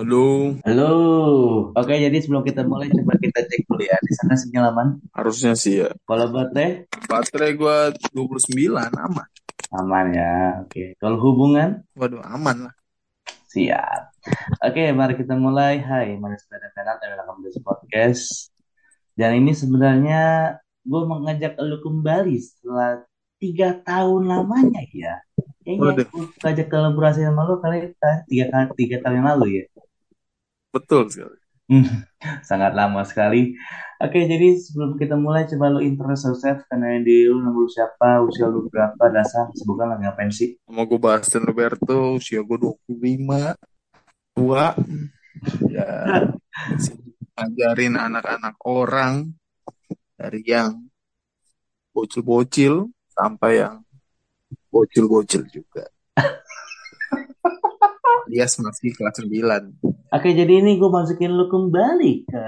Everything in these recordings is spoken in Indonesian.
Halo, Halo, oke jadi sebelum kita mulai coba kita cek dulu ya di sana sinyal aman. harusnya sih ya. Kalau baterai Baterai gua 29 aman. aman ya. Oke, kalau hubungan Waduh, aman lah. siap. Oke, mari kita mulai. Hai, mari sepeda kanan dan welcome to podcast. Dan ini sebenarnya gue mengajak lu kembali setelah 3 tahun lamanya ya. Kayaknya Waduh, gue ngajak kolaborasi sama lu kali tiga tahun yang lalu ya. betul sekali. Hmm, sangat lama sekali. Oke, jadi sebelum kita mulai, coba lu introduce yourself, kenalin diri lu, nama lu siapa, usia lu berapa, dasar, kesibukan lagi ngapain sih? Sama gue Bastian Roberto, usia gue 25, tua. Ya, sibuk ngajarin anak-anak orang dari yang bocil-bocil sampai yang bocil-bocil juga. Alias masih kelas 9. Oke, jadi ini gue masukin lu kembali ke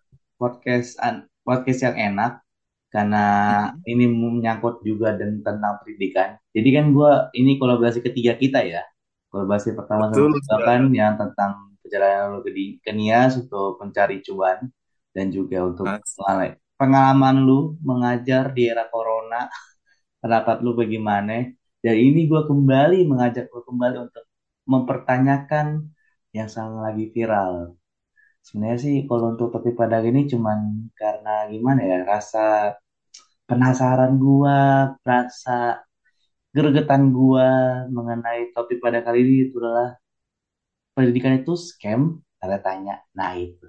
podcast yang enak, karena Mm-mm. ini menyangkut juga dan tentang pendidikan. Jadi kan gue, ini kolaborasi ketiga kita ya. Kolaborasi pertama sama Betul kita kan sekali. yang tentang perjalanan lu ke Nias untuk mencari cuan dan juga untuk Mas. pengalaman lu mengajar di era corona, pendapat lu bagaimana? Dan ini gue kembali mengajak lu kembali untuk mempertanyakan yang sangat lagi viral. Sebenarnya sih kalau untuk topik pada ini cuman karena gimana ya, rasa penasaran gua, rasa gregetan gua mengenai topik pada kali ini itu adalah pendidikan itu scam, tanda tanya. Nah itu.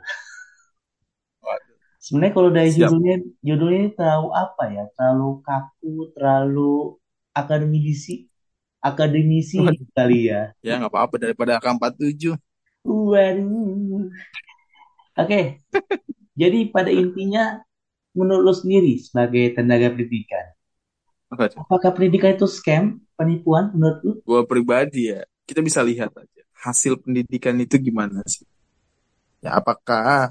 Waduh, Sebenarnya kalau dari siap. judulnya ini terlalu apa ya? Terlalu kaku, terlalu akademisi, akademisi Waduh, kali ya. ya nggak apa-apa daripada AK-47. Waduh. Oke, jadi pada intinya menurut lo sendiri sebagai tenaga pendidikan, apakah pendidikan itu scam, penipuan menurut lo? Gue pribadi ya, kita bisa lihat aja hasil pendidikan itu gimana sih. Ya, apakah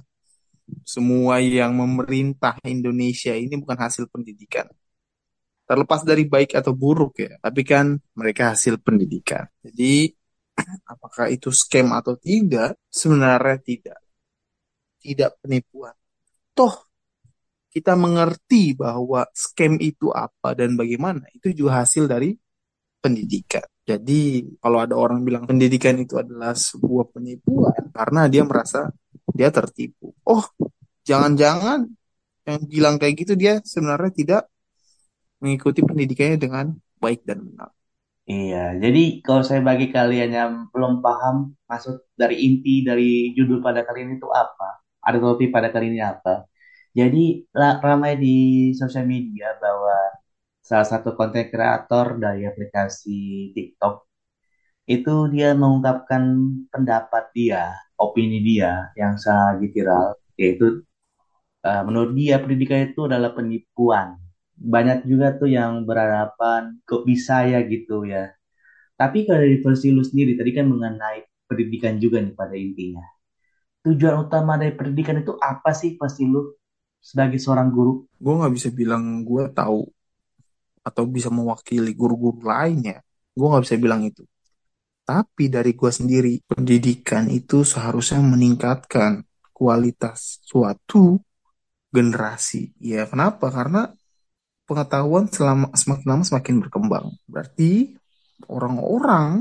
semua yang memerintah Indonesia ini bukan hasil pendidikan? Terlepas dari baik atau buruk ya, tapi kan mereka hasil pendidikan. Jadi, apakah itu scam atau tidak? Sebenarnya tidak. Tidak penipuan. Toh, kita mengerti bahwa scam itu apa dan bagaimana. Itu juga hasil dari pendidikan. Jadi kalau ada orang bilang pendidikan itu adalah sebuah penipuan karena dia merasa dia tertipu. Oh, jangan-jangan yang bilang kayak gitu dia sebenarnya tidak mengikuti pendidikannya dengan baik dan benar. Iya, jadi kalau saya bagi kalian yang belum paham maksud dari inti dari judul pada kali ini itu apa, ada topik pada kali ini apa. Jadi ramai di sosial media bahwa salah satu konten kreator dari aplikasi TikTok itu dia mengungkapkan pendapat dia, opini dia yang sangat viral, yaitu menurut dia pendidikan itu adalah penipuan. Banyak juga tuh yang berhadapan kok bisa ya gitu ya. Tapi kalau dari versi lu sendiri, tadi kan mengenai pendidikan juga nih pada intinya. Tujuan utama dari pendidikan itu apa sih pasti lu sebagai seorang guru? Gue nggak bisa bilang gue tahu atau bisa mewakili guru-guru lainnya. Gue nggak bisa bilang itu. Tapi dari gue sendiri, pendidikan itu seharusnya meningkatkan kualitas suatu generasi. Ya, kenapa? Karena pengetahuan selama semakin lama semakin berkembang. Berarti orang-orang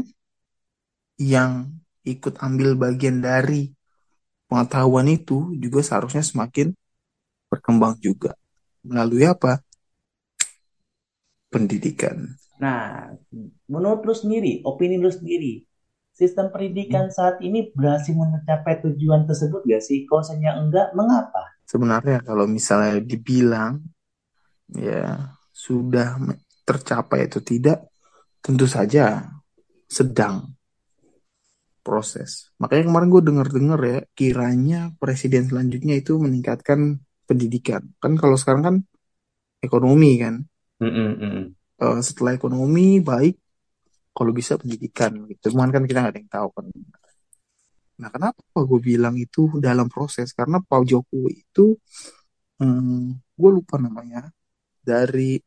yang ikut ambil bagian dari pengetahuan itu juga seharusnya semakin berkembang juga. Melalui apa? Pendidikan. Nah, menurut lu sendiri, opini lu sendiri, sistem pendidikan saat ini berhasil mencapai tujuan tersebut gak sih? Kalau misalnya enggak, mengapa? Sebenarnya kalau misalnya dibilang ya sudah tercapai atau tidak, tentu saja sedang proses. Makanya kemarin gue denger-denger ya, kiranya presiden selanjutnya itu meningkatkan pendidikan. Kan kalau sekarang kan ekonomi kan. Mm-mm, mm-mm. Setelah ekonomi baik, kalau bisa pendidikan gitu. Cuman kan kita nggak ada yang tahu kan. Nah, kenapa gue bilang itu dalam proses? Karena Pak Jokowi itu, gue lupa namanya, dari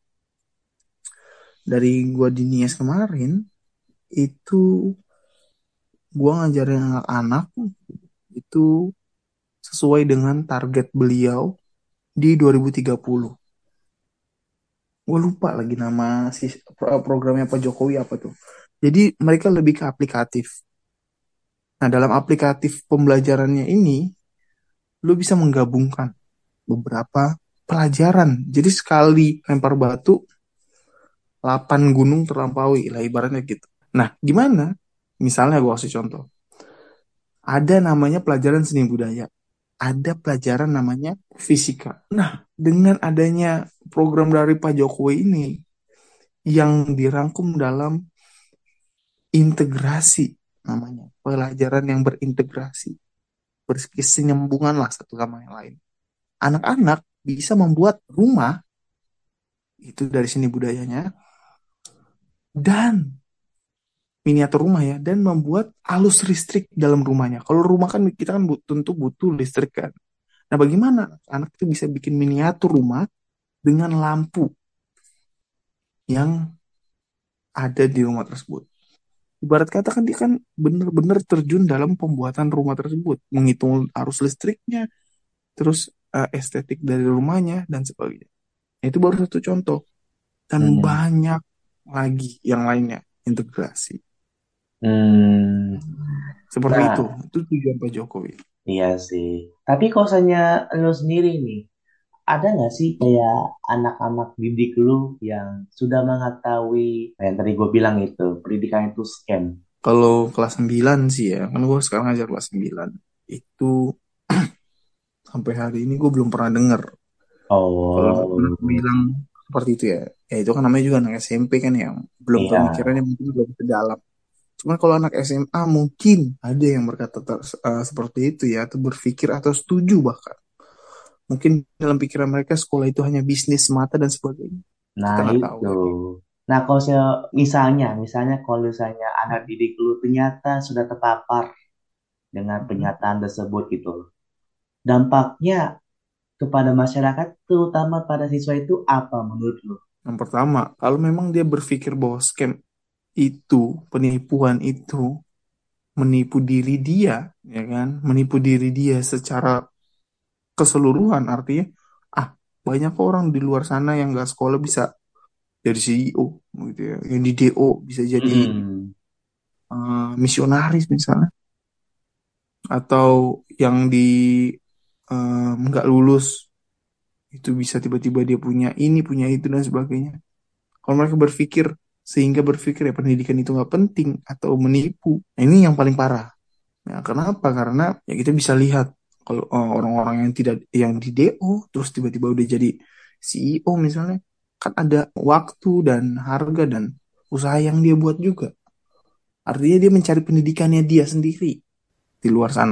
gue di Nias kemarin, itu gue ngajarin anak-anak, itu sesuai dengan target beliau di 2030. Gue lupa lagi nama si programnya Pak Jokowi apa tuh. Jadi mereka lebih ke aplikatif. Nah, dalam aplikatif pembelajarannya ini, lu bisa menggabungkan beberapa pelajaran. Jadi sekali lempar batu, 8 gunung terlampaui lah ibaratnya gitu. Nah, gimana? Misalnya gue kasih contoh. Ada namanya pelajaran seni budaya. Ada pelajaran namanya fisika. Nah, dengan adanya program dari Pak Jokowi ini yang dirangkum dalam integrasi namanya. Pelajaran yang berintegrasi. Berkesinambungan lah satu sama yang lain. Anak-anak bisa membuat rumah itu dari seni budayanya dan miniatur rumah ya dan membuat alus listrik dalam rumahnya. Kalau rumah kan kita kan tentu butuh listrik kan. Nah, bagaimana anak itu bisa bikin miniatur rumah dengan lampu yang ada di rumah tersebut? Ibarat kata kan dia kan benar-benar terjun dalam pembuatan rumah tersebut, menghitung arus listriknya, terus estetik dari rumahnya dan sebagainya. Nah, itu baru satu contoh dan Hmm. banyak lagi yang lainnya integrasi. Hmm. Seperti itu. Nah, Itu tujuan Pak Jokowi. iya sih. Tapi kalau misalnya lu sendiri nih, ada nggak sih kayak anak-anak didik lu yang sudah mengetahui yang tadi gue bilang itu, pendidikan itu scam? Kalau kelas 9 sih ya, kan gue sekarang ngajar kelas 9. Itu sampai hari ini gue belum pernah dengar. Kalau anak Oh, bilang seperti itu ya, ya itu kan namanya juga anak SMP kan yang belum iya. pemikirannya mungkin belum ke dalam. Cuman kalau anak SMA mungkin ada yang berkata seperti itu ya, atau berpikir atau setuju bahkan. Mungkin dalam pikiran mereka sekolah itu hanya bisnis semata dan sebagainya. Nah, Kita nggak tahu itu. ya. Nah, kalau misalnya kalau misalnya anak didik lu ternyata sudah terpapar dengan Mhm. pernyataan tersebut gitu. Dampaknya kepada masyarakat, terutama pada siswa itu apa menurut lu? Yang pertama, kalau memang dia berpikir bahwa scam itu, penipuan itu menipu diri dia, ya kan? Menipu diri dia secara keseluruhan, artinya, ah, banyak orang di luar sana yang nggak sekolah bisa jadi CEO, gitu ya. Yang di DO bisa jadi Mm-mm. misionaris misalnya, atau yang di nggak lulus itu bisa tiba-tiba dia punya ini, punya itu dan sebagainya. Kalau mereka berpikir sehingga berpikir ya pendidikan itu nggak penting atau menipu, nah, ini yang paling parah. Nah, kenapa? Karena ya kita bisa lihat kalau orang-orang yang tidak yang di DO terus tiba-tiba udah jadi CEO misalnya, kan ada waktu dan harga dan usaha yang dia buat juga. Artinya dia mencari pendidikannya dia sendiri di luar sana,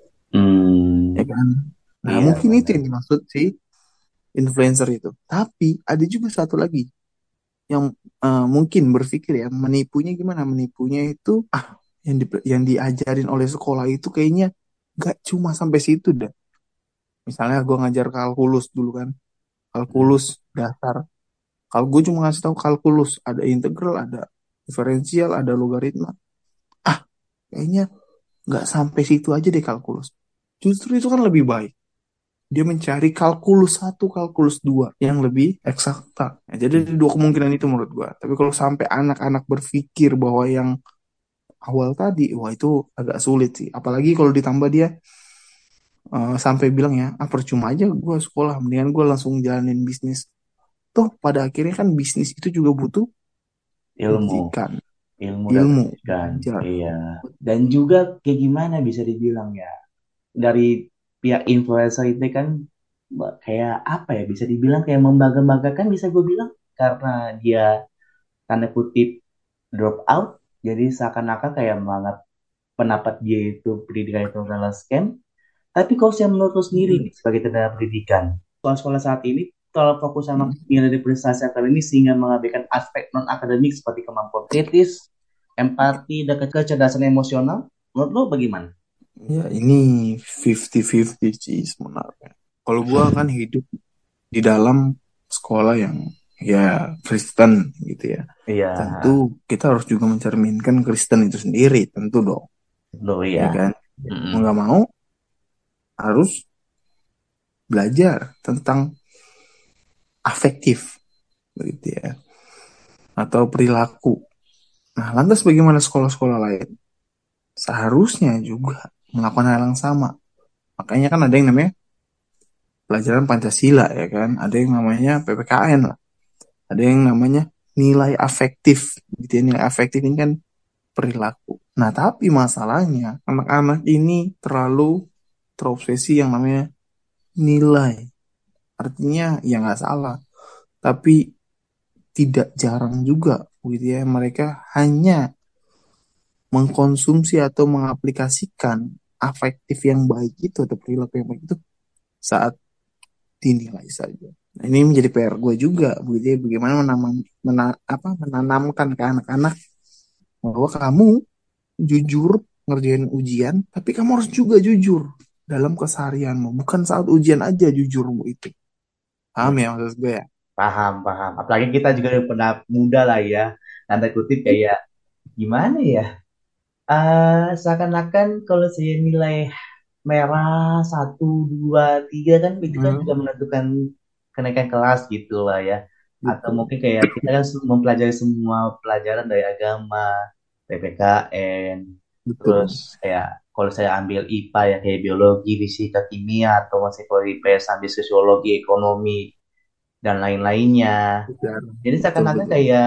ya Hmm, kan? Nah, iya mungkin itu benar. yang dimaksud si influencer itu. Tapi ada juga satu lagi yang mungkin berpikir ya menipunya gimana? Menipunya itu yang diajarin oleh sekolah itu kayaknya gak cuma sampai situ dah. Misalnya gue ngajar kalkulus dulu kan, Hmm. kalkulus dasar. Kalau gue cuma ngasih tahu kalkulus, ada integral, ada diferensial, ada logaritma. Ah, kayaknya nggak sampai situ aja deh kalkulus. Justru itu kan lebih baik. Dia mencari kalkulus satu, kalkulus dua yang lebih eksakta. Nah, jadi ada dua kemungkinan itu menurut gue. Tapi kalau sampai anak-anak berpikir bahwa yang awal tadi, wah itu agak sulit sih. Apalagi kalau ditambah dia sampai bilang ya, percuma aja gue sekolah, mendingan gue langsung jalanin bisnis. Toh pada akhirnya kan bisnis itu juga butuh Ilmu, pendidikan, ilmu dan ilmu, pendidikan. belajar. Iya. Dan juga kayak gimana bisa dibilang ya, dari pihak influencer itu kan kayak apa ya, bisa dibilang kayak membangga-banggakan, bisa gue bilang, karena dia tanda kutip drop out, jadi seakan-akan kayak menganggap pendapat dia itu pendidikan itu adalah scam. Tapi kalau saya menurut lo sendiri Hmm. nih sebagai tenaga pendidikan, sekolah-sekolah saat ini terlalu fokus sama Hmm. nilai prestasi akademis sehingga mengabaikan aspek non akademik seperti kemampuan kritis, empati, dan kecerdasan emosional. Menurut lo bagaimana? Ya ini 50-50 sih sebenarnya. Kalau gua kan hidup di dalam sekolah yang ya Kristen gitu ya. Iya, Tentu kita harus juga mencerminkan Kristen itu sendiri, tentu dong, lo ya ya. kan? Mau Mm-mm. nggak mau, harus belajar tentang afektif begitu ya, atau perilaku. Nah, lantas bagaimana sekolah-sekolah lain? Seharusnya juga melakukan hal yang sama. Makanya kan ada yang namanya pelajaran Pancasila ya kan, ada yang namanya PPKN lah, ada yang namanya nilai afektif. Gitu ya, nilai afektif ini kan perilaku. Nah, tapi masalahnya anak-anak ini terlalu terobsesi yang namanya nilai. Artinya ya nggak salah, tapi tidak jarang juga gitu ya mereka hanya mengkonsumsi atau mengaplikasikan afektif yang baik itu atau perilaku yang baik itu saat dinilai saja. Nah, ini menjadi PR gue juga, begitu ya, bagaimana menanamkan ke anak-anak bahwa kamu jujur ngerjain ujian, tapi kamu harus juga jujur dalam keseharianmu, bukan saat ujian aja jujurmu itu. Paham Hmm, ya maksud gue ya? paham, paham. Apalagi kita juga udah pernah muda lah ya. Tanda kutip kayak gimana ya? Seakan-akan kalau saya nilai merah satu, dua, tiga kan itu kan juga Hmm, menentukan kenaikan kelas gitu lah ya. Atau betul, mungkin kayak kita kan mempelajari semua pelajaran dari agama, PPKN, terus betul. kayak kalau saya ambil IPA ya kayak biologi, fisika, kimia, atau masih kalau IPS ambil sosiologi, ekonomi, dan lain-lainnya. Betul, Jadi betul, seakan-akan betul. kayak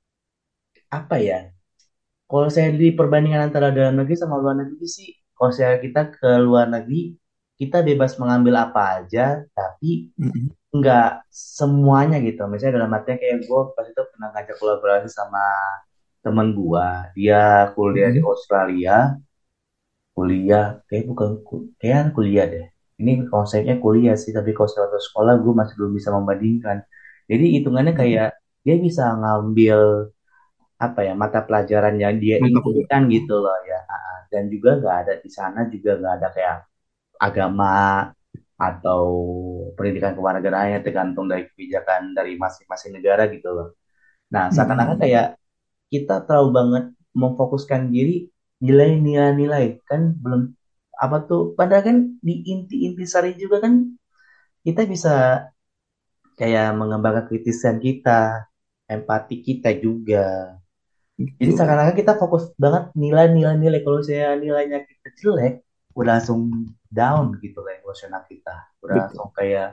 apa ya? Kalau saya di perbandingan antara dalam negeri sama luar negeri sih, kalau saya kita ke luar negeri, kita bebas mengambil apa aja, tapi Mm-mm. nggak semuanya gitu. Misalnya dalam artinya kayak gue pas itu pernah ngajak kolaborasi sama temen gue, dia kuliah di Mm-mm. Australia, kuliah, kayak bukan, kayak kuliah deh. Ini konsepnya kuliah sih, tapi kalau secara sekolah gue masih belum bisa membandingkan. Jadi hitungannya Mm-mm. kayak dia bisa ngambil apa ya mata pelajaran yang dia Mata kuliah. inginkan gitu loh ya. Dan juga nggak ada di sana juga nggak ada kayak agama atau pendidikan kewarganegaraan yang tergantung dari kebijakan dari masing-masing negara gitu loh. Nah, seakan-akan Mm-mm. kayak kita terlalu banget memfokuskan diri nilai-nilai kan belum apa tuh padahal kan di inti-inti sari juga kan kita bisa kayak mengembangkan kritisan kita, empati kita juga. Jadi Betul, seakan-akan kita fokus banget nilai-nilai-nilai. Kalau saya nilainya kita jelek, udah langsung down gitu lah emosional kita. Udah betul. langsung kayak,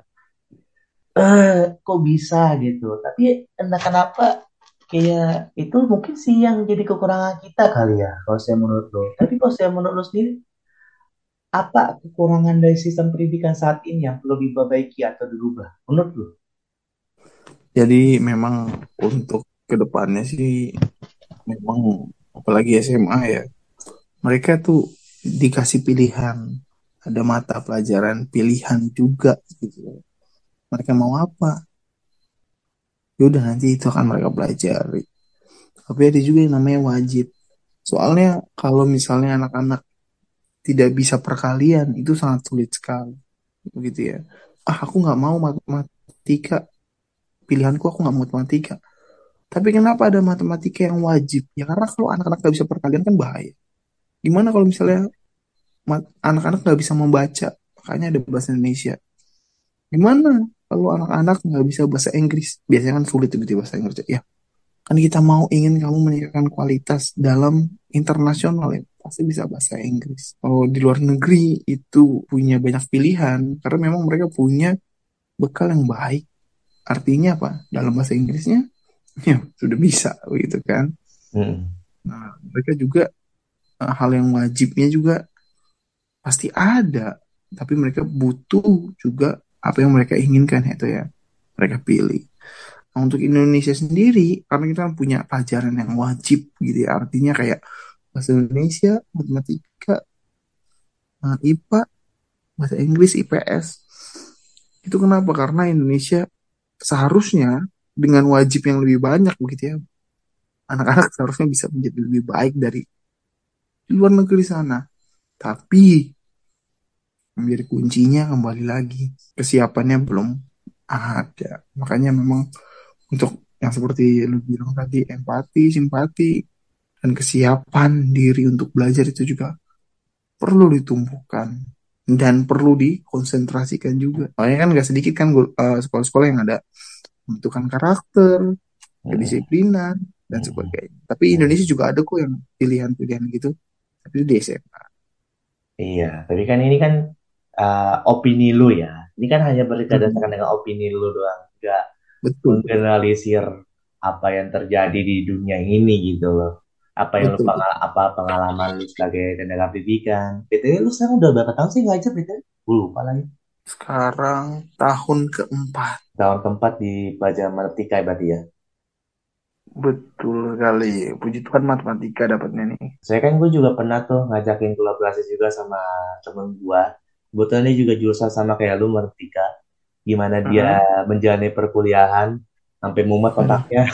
kok bisa gitu. Tapi entah kenapa, kayak itu mungkin sih yang jadi kekurangan kita kali ya, kalau saya menurut lo. Tapi kalau saya menurut lo sendiri, apa kekurangan dari sistem pendidikan saat ini yang perlu diperbaiki atau dirubah? Menurut lo? Jadi memang untuk kedepannya sih memang apalagi SMA ya, mereka tuh dikasih pilihan, ada mata pelajaran pilihan juga gitu. Mereka mau apa? Ya udah nanti itu akan mereka pelajari. Tapi ada juga yang namanya wajib. Soalnya kalau misalnya anak-anak tidak bisa perkalian itu sangat sulit sekali, begitu ya. Ah, aku nggak mau matematika, pilihanku aku nggak mau matematika. Tapi kenapa ada matematika yang wajib? Ya karena kalau anak-anak nggak bisa perkalian kan bahaya. Gimana kalau misalnya anak-anak nggak bisa membaca, makanya ada bahasa Indonesia. Gimana kalau anak-anak nggak bisa bahasa Inggris? Biasanya kan sulit gitu bahasa Inggris. Ya, kan kita mau ingin kamu meningkatkan kualitas dalam internasional ya. Pasti bisa bahasa Inggris. Kalau di luar negeri itu punya banyak pilihan karena memang mereka punya bekal yang baik. Artinya apa? Dalam bahasa Inggrisnya ya sudah bisa begitu kan. Hmm. Nah, mereka juga hal yang wajibnya juga pasti ada, tapi mereka butuh juga apa yang mereka inginkan itu ya, mereka pilih. Nah, untuk Indonesia sendiri, karena kita kan punya pelajaran yang wajib gitu ya, artinya kayak bahasa Indonesia, matematika, IPA, bahasa Inggris, IPS. Itu kenapa? Karena Indonesia seharusnya dengan wajib yang lebih banyak begitu ya, anak-anak seharusnya bisa menjadi lebih baik dari luar negeri sana. Tapi menjadi kuncinya kembali lagi kesiapannya belum ada. Makanya memang untuk yang seperti lu bilang tadi empati, simpati, dan kesiapan diri untuk belajar itu juga perlu ditumbuhkan. dan perlu dikonsentrasikan juga. Soalnya kan nggak sedikit kan sekolah-sekolah yang ada pembentukan karakter, Mm-mm. kedisiplinan, dan Mm-mm. sebagainya. Tapi Mm. Indonesia juga ada kok yang pilihan-pilihan gitu. Tapi itu di SMA. Iya, tapi kan ini kan opini lu ya. Ini kan hanya berdasarkan Hmm, dengan opini lu doang, nggak betul, betul, menggeneralisir apa yang terjadi di dunia ini gitu loh. betul, betul. Apa pengalaman lu sebagai tenaga pendidikan. BTW lu sekarang udah berapa tahun sih ngajar BTW? Gue lupa lagi. Sekarang tahun keempat. Tahun keempat di Pelajaran Matematika berarti ya. Betul sekali. Puji Tuhan matematika dapatnya nih. Saya kan gue juga pernah tuh ngajakin kolaborasi juga sama temen gue. Kebetulan dia juga jurusan sama kayak lu matematika. Gimana dia Heeh. menjalani perkuliahan sampai mumet Aduh. otaknya.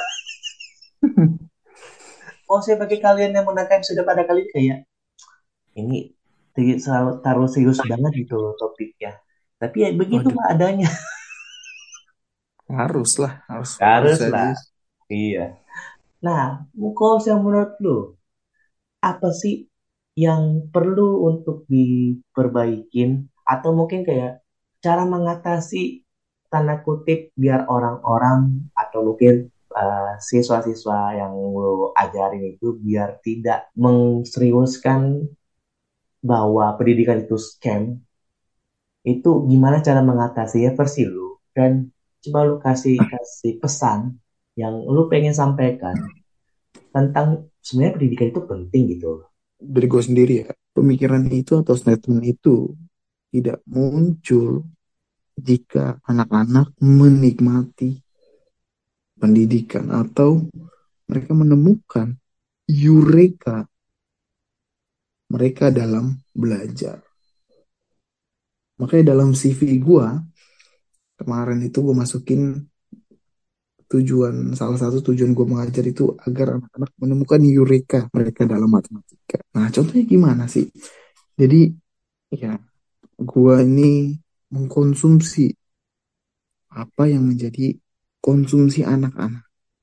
Oh, saya bagi kalian yang menangkap sudah pada kali ini kayak ini selalu taruh serius banget gitu loh topiknya. Tapi ya begitu Waduh, mah adanya. harus lah, harus Harus lah. serius. Iya. Nah, kalau yang menurut lu, apa sih yang perlu untuk diperbaikin atau mungkin kayak cara mengatasi tanda kutip biar orang-orang atau mungkin siswa-siswa yang lu ajarin itu biar tidak mengseriuskan bahwa pendidikan itu scam, itu gimana cara mengatasinya versi lu dan coba lu kasih kasih pesan yang lu pengen sampaikan tentang sebenarnya pendidikan itu penting gitu. Dari gue sendiri ya, pemikiran itu atau statement itu tidak muncul jika anak-anak menikmati pendidikan atau mereka menemukan eureka mereka dalam belajar. Makanya dalam CV gue kemarin itu gue masukin salah satu tujuan gue mengajar itu agar anak-anak menemukan eureka mereka dalam matematika. Nah, contohnya gimana sih? Jadi ya gue ini mengkonsumsi apa yang menjadi konsumsi anak-anak.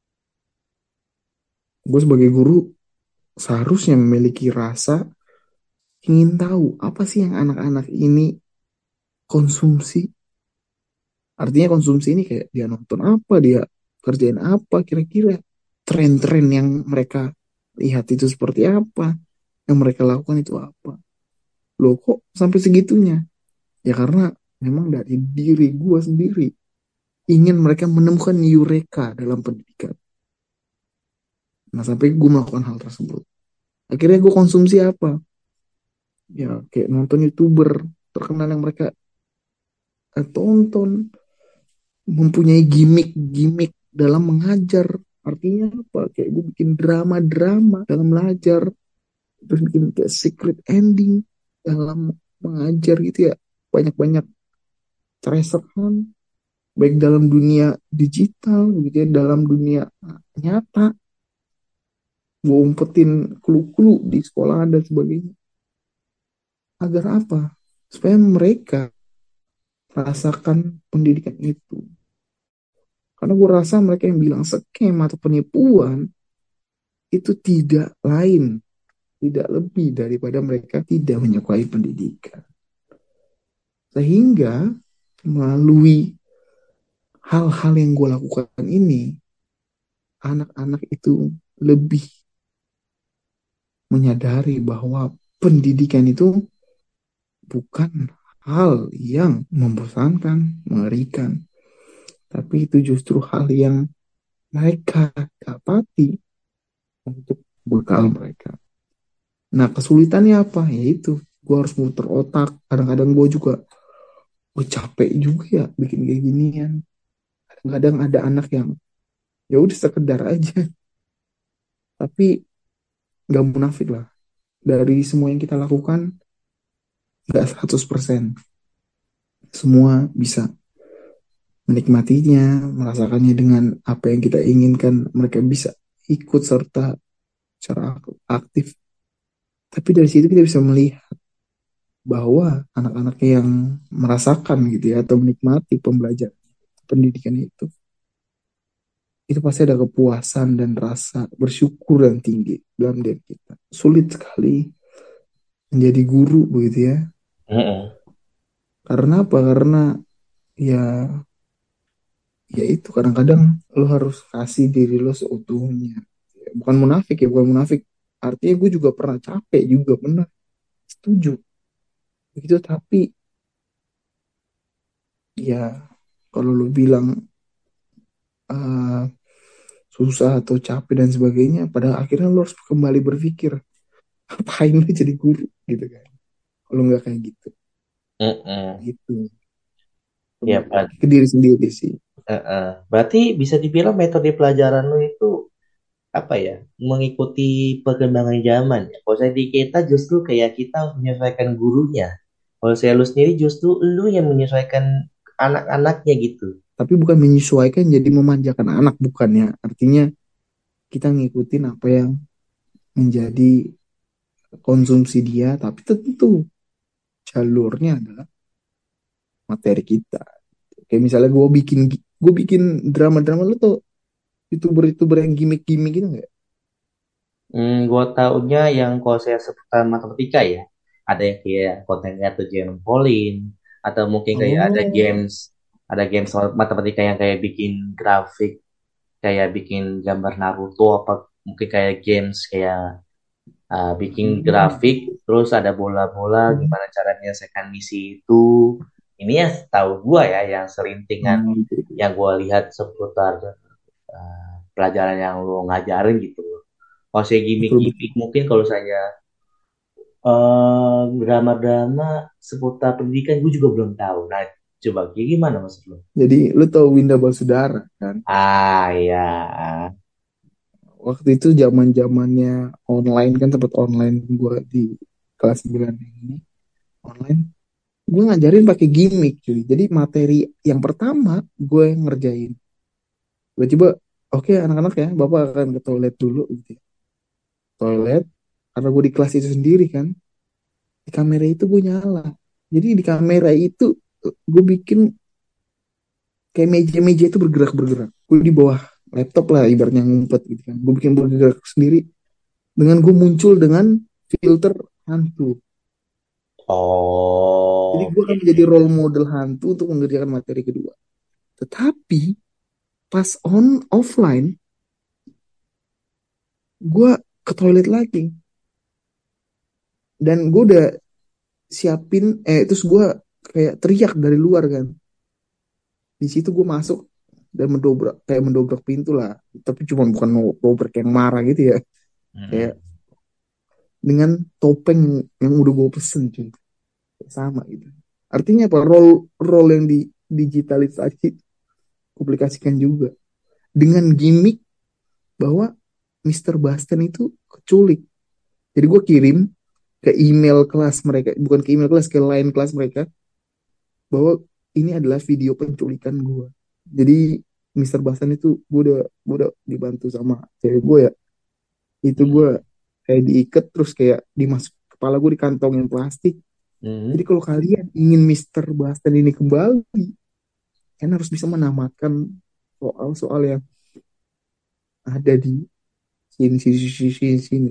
Gue sebagai guru seharusnya memiliki rasa ingin tahu apa sih yang anak-anak ini konsumsi. Artinya konsumsi ini kayak dia nonton apa, dia kerjain apa, kira-kira tren-tren yang mereka lihat itu seperti apa, yang mereka lakukan itu apa. Loh kok sampai segitunya? Ya karena memang dari diri gue sendiri ingin mereka menemukan eureka dalam pendidikan. Nah sampai gue melakukan hal tersebut. Akhirnya gue konsumsi apa? Ya kayak nonton YouTuber terkenal yang mereka tonton, mempunyai gimmick-gimmick dalam mengajar. Artinya apa? Kayak gue bikin drama-drama dalam belajar, terus bikin kayak secret ending dalam mengajar gitu ya. Banyak-banyak ceresehan, baik dalam dunia digital gitu ya, dalam dunia nyata. Gue umpetin clue-clue di sekolah dan sebagainya. Agar apa? Supaya mereka rasakan pendidikan itu. Karena gue rasa mereka yang bilang scam atau penipuan itu tidak lain, tidak lebih daripada mereka tidak menyukai pendidikan. Sehingga melalui hal-hal yang gue lakukan ini, anak-anak itu lebih menyadari bahwa pendidikan itu bukan hal yang membosankan, mengerikan, tapi itu justru hal yang mereka dapati untuk bekal mereka. Nah, kesulitannya apa? Yaitu gue harus muter otak. Kadang-kadang gue capek juga ya bikin kayak ginian. Kadang-kadang ada anak yang ya udah sekedar aja, tapi nggak munafik lah. Dari semua yang kita lakukan, nggak 100% semua bisa menikmatinya, merasakannya dengan apa yang kita inginkan. Mereka bisa ikut serta secara aktif. Tapi dari situ kita bisa melihat bahwa anak-anak yang merasakan gitu ya atau menikmati pembelajaran pendidikan itu pasti ada kepuasan dan rasa bersyukur yang tinggi dalam diri kita. Sulit sekali menjadi guru begitu ya, Mm-mm. Karena apa? Karena ya ya itu kadang-kadang lo harus kasih diri lo seutuhnya. Ya, bukan munafik ya, bukan munafik. Artinya gue juga pernah capek juga, benar. Setuju. Begitu, tapi ya kalau lo bilang eh, susah atau capek dan sebagainya, pada akhirnya lo harus kembali berpikir, ngapain lo jadi guru gitu kan. Kalau nggak kayak gitu, Mm-mm. gitu. Ya, Kembali lagi ke diri sendiri sih. berarti bisa dibilang metode pelajaran lu itu apa ya, mengikuti perkembangan zaman ya. Kalau saya di kita justru kayak kita harus menyesuaikan gurunya. Kalau saya lu sendiri justru lu yang menyesuaikan anak-anaknya gitu. Tapi bukan menyesuaikan jadi memanjakan anak, bukan ya. Artinya kita ngikutin apa yang menjadi konsumsi dia, tapi tentu jalurnya adalah materi kita. Kayak misalnya gue bikin drama-drama, lu tuh youtuber-youtuber yang gimmick-gimmick gitu nggak? Gua taunya yang kalau saya seputar matematika ya, ada yang kayak kontennya tuh Jerome Pauline, atau mungkin kayak Oh, ada games matematika yang kayak bikin grafik, kayak bikin gambar Naruto, apa mungkin kayak games kayak bikin hmm, grafik, terus ada bola-bola, hmm. gimana cara menyelesaikan misi itu. Ini ya tahu gua ya, yang selintingan Oh, gitu. yang gua lihat seputar pelajaran yang lu ngajarin gitu. Kalau saya Betul gimmick-gimmick, betul. mungkin kalau saya drama-drama seputar pendidikan gue juga belum tahu. Nah, coba kayak gimana maksud lo? Jadi lu tahu Winda Basudara kan? Ah ya. Waktu itu zaman-zamannya online kan, tempat online gua di kelas 9 ini online. Gue ngajarin pakai gimmick cuy. Jadi materi yang pertama gue yang ngerjain. Gue coba, oke anak-anak ya, Bapak akan ke toilet dulu gitu ya. Toilet, karena gue di kelas itu sendiri kan, di kamera itu gue nyala. Jadi di kamera itu gue bikin kayak meja-meja itu bergerak-bergerak. Gue di bawah laptop lah ibaratnya ngumpet gitu kan. Gue bikin bergerak sendiri dengan gue muncul dengan filter hantu. Jadi Oh, gue oke. akan menjadi role model hantu untuk mengerjakan materi kedua. Tetapi pas offline, gue ke toilet lagi dan gue udah siapin, terus gue kayak teriak dari luar kan. Di situ gue masuk dan mendobrak pintu lah, tapi cuma bukan dobrak yang marah gitu ya, kayak Mm-mm. dengan topeng yang udah gue pesen cuy, sama gitu. Artinya apa, role role yang di digitalisasi aplikasikan juga dengan gimmick bahwa Mister Basten itu keculik. Jadi gue kirim ke email kelas mereka, bukan ke email kelas, ke line kelas mereka, bahwa ini adalah video penculikan gue. Jadi Mister Basan itu gue udah dibantu sama cewek gue ya. Itu gue Mm-mm. kayak diikat terus kayak dimasuk kepala gue dikantongin plastik. Jadi Mm-mm. kalau kalian ingin Mister Basan ini kembali, kalian harus bisa menamatkan soal-soal yang ada di sini sini sini sini, sini.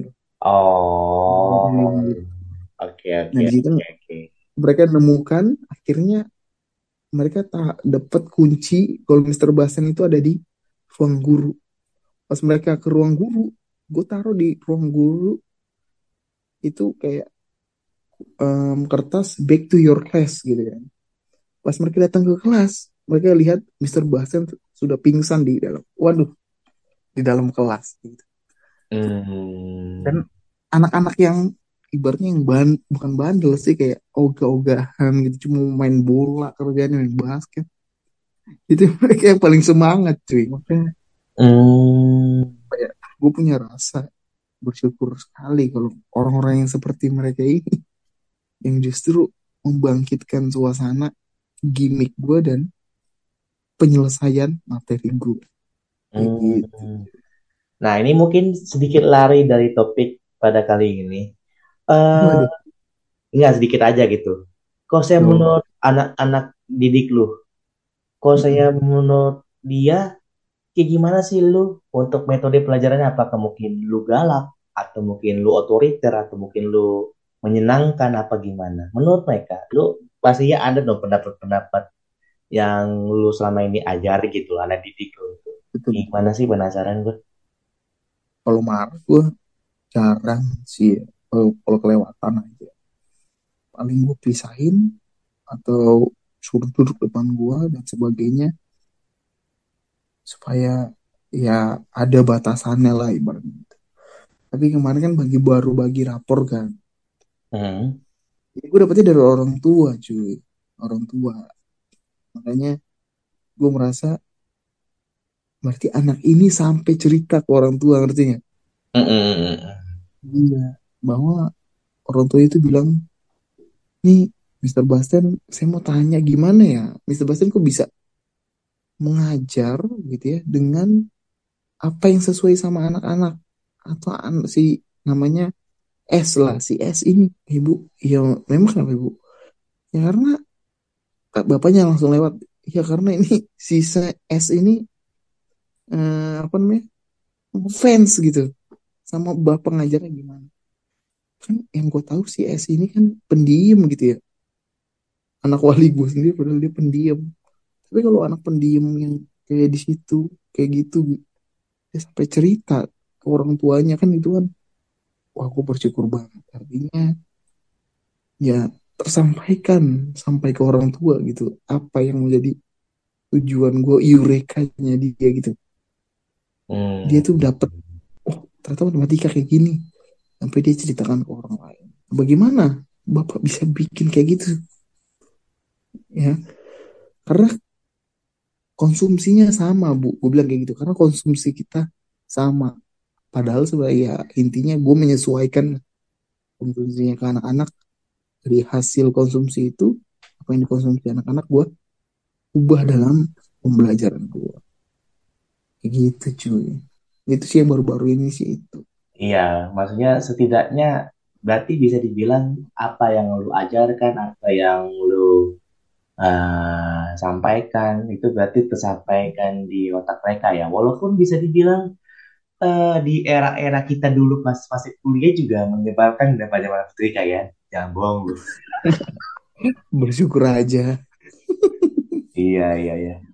Oh, oke Nah oke di situ oke oke. mereka nemukan, akhirnya mereka tak dapat kunci kalau Mister Basan itu ada di ruang guru. Pas mereka ke ruang guru, gue taruh di ruang guru itu kayak kertas back to your class gitu kan. Pas mereka datang ke kelas, mereka lihat Mister Basen sudah pingsan di dalam, waduh, di dalam kelas gitu. Dan Hmm. anak-anak yang ibaratnya yang bukan bandel sih, kayak ogah-ogahan gitu, cuma main bola kerjanya main basket, itu mereka yang paling semangat cuy. Makanya Hmm. kayak gue punya rasa bersyukur sekali kalau orang-orang yang seperti mereka ini yang justru membangkitkan suasana gimmick gue dan penyelesaian materi gue kayak gitu. Hmm. Nah, ini mungkin sedikit lari dari topik pada kali ini. Eh, Waduh, Enggak sedikit aja gitu. Kalau saya gak apa-apa. menurut anak-anak didik lu, kalau saya Mm-mm. menurut dia, kayak gimana sih lu untuk metode pelajarannya? Apakah mungkin lu galak, atau mungkin lu otoriter, atau mungkin lu menyenangkan apa gimana? Menurut mereka, lu pastinya ada dong pendapat-pendapat yang lu selama ini ajari gitu, anak didik lu. Betul. Gimana sih, penasaran gue? Kalau marah gue jarang sih ya. Kalau kelewatan aja. Paling gue pisahin atau suruh duduk depan gue dan sebagainya supaya ya ada batasannya lah ibaratnya. Tapi kemarin kan baru bagi rapor kan. Hmm. Ya, gue dapetnya dari orang tua cuy. Orang tua. Makanya gue merasa berarti anak ini sampai cerita ke orang tua ngerti nggak? Mm-mm. Iya. Bahwa orang tua itu bilang, nih Mister Bastian saya mau tanya gimana ya. Mister Bastian kok bisa mengajar gitu ya dengan apa yang sesuai sama anak-anak. Atau si namanya S lah. Si S ini. Ibu. Ya memang kenapa ibu? Ya karena bapaknya langsung lewat. Ya karena ini si S ini apa namanya fans gitu sama bapak ngajarnya gimana kan yang gue tahu si S ini kan pendiam gitu ya anak wali gue sendiri padahal dia pendiam tapi kalau anak pendiam yang kayak di situ kayak gitu dia sampai cerita ke orang tuanya kan itu kan wah gue bersyukur banget artinya ya tersampaikan sampai ke orang tua gitu apa yang menjadi tujuan gue eurekanya dia gitu dia Hmm. tuh dapet oh ternyata matematika kayak gini sampai dia ceritakan ke orang lain. Bagaimana Bapak bisa bikin kayak gitu ya? Karena konsumsinya sama Bu, gue bilang kayak gitu. Karena konsumsi kita sama. Padahal sebenarnya ya, intinya gue menyesuaikan konsumsinya ke anak-anak dari hasil konsumsi itu apa yang dikonsumsi anak-anak gue ubah dalam pembelajaran gue. Kayak gitu cuy. Itu sih yang baru-baru ini sih itu. Iya, maksudnya setidaknya berarti bisa dibilang apa yang lu ajarkan, apa yang lu sampaikan itu berarti tersampaikan di otak mereka ya. Walaupun bisa dibilang di era-era kita dulu pas masih kuliah juga menyebarkan banyak matematika ya. Jangan bohong lu. Bersyukur aja. Iya, iya, iya.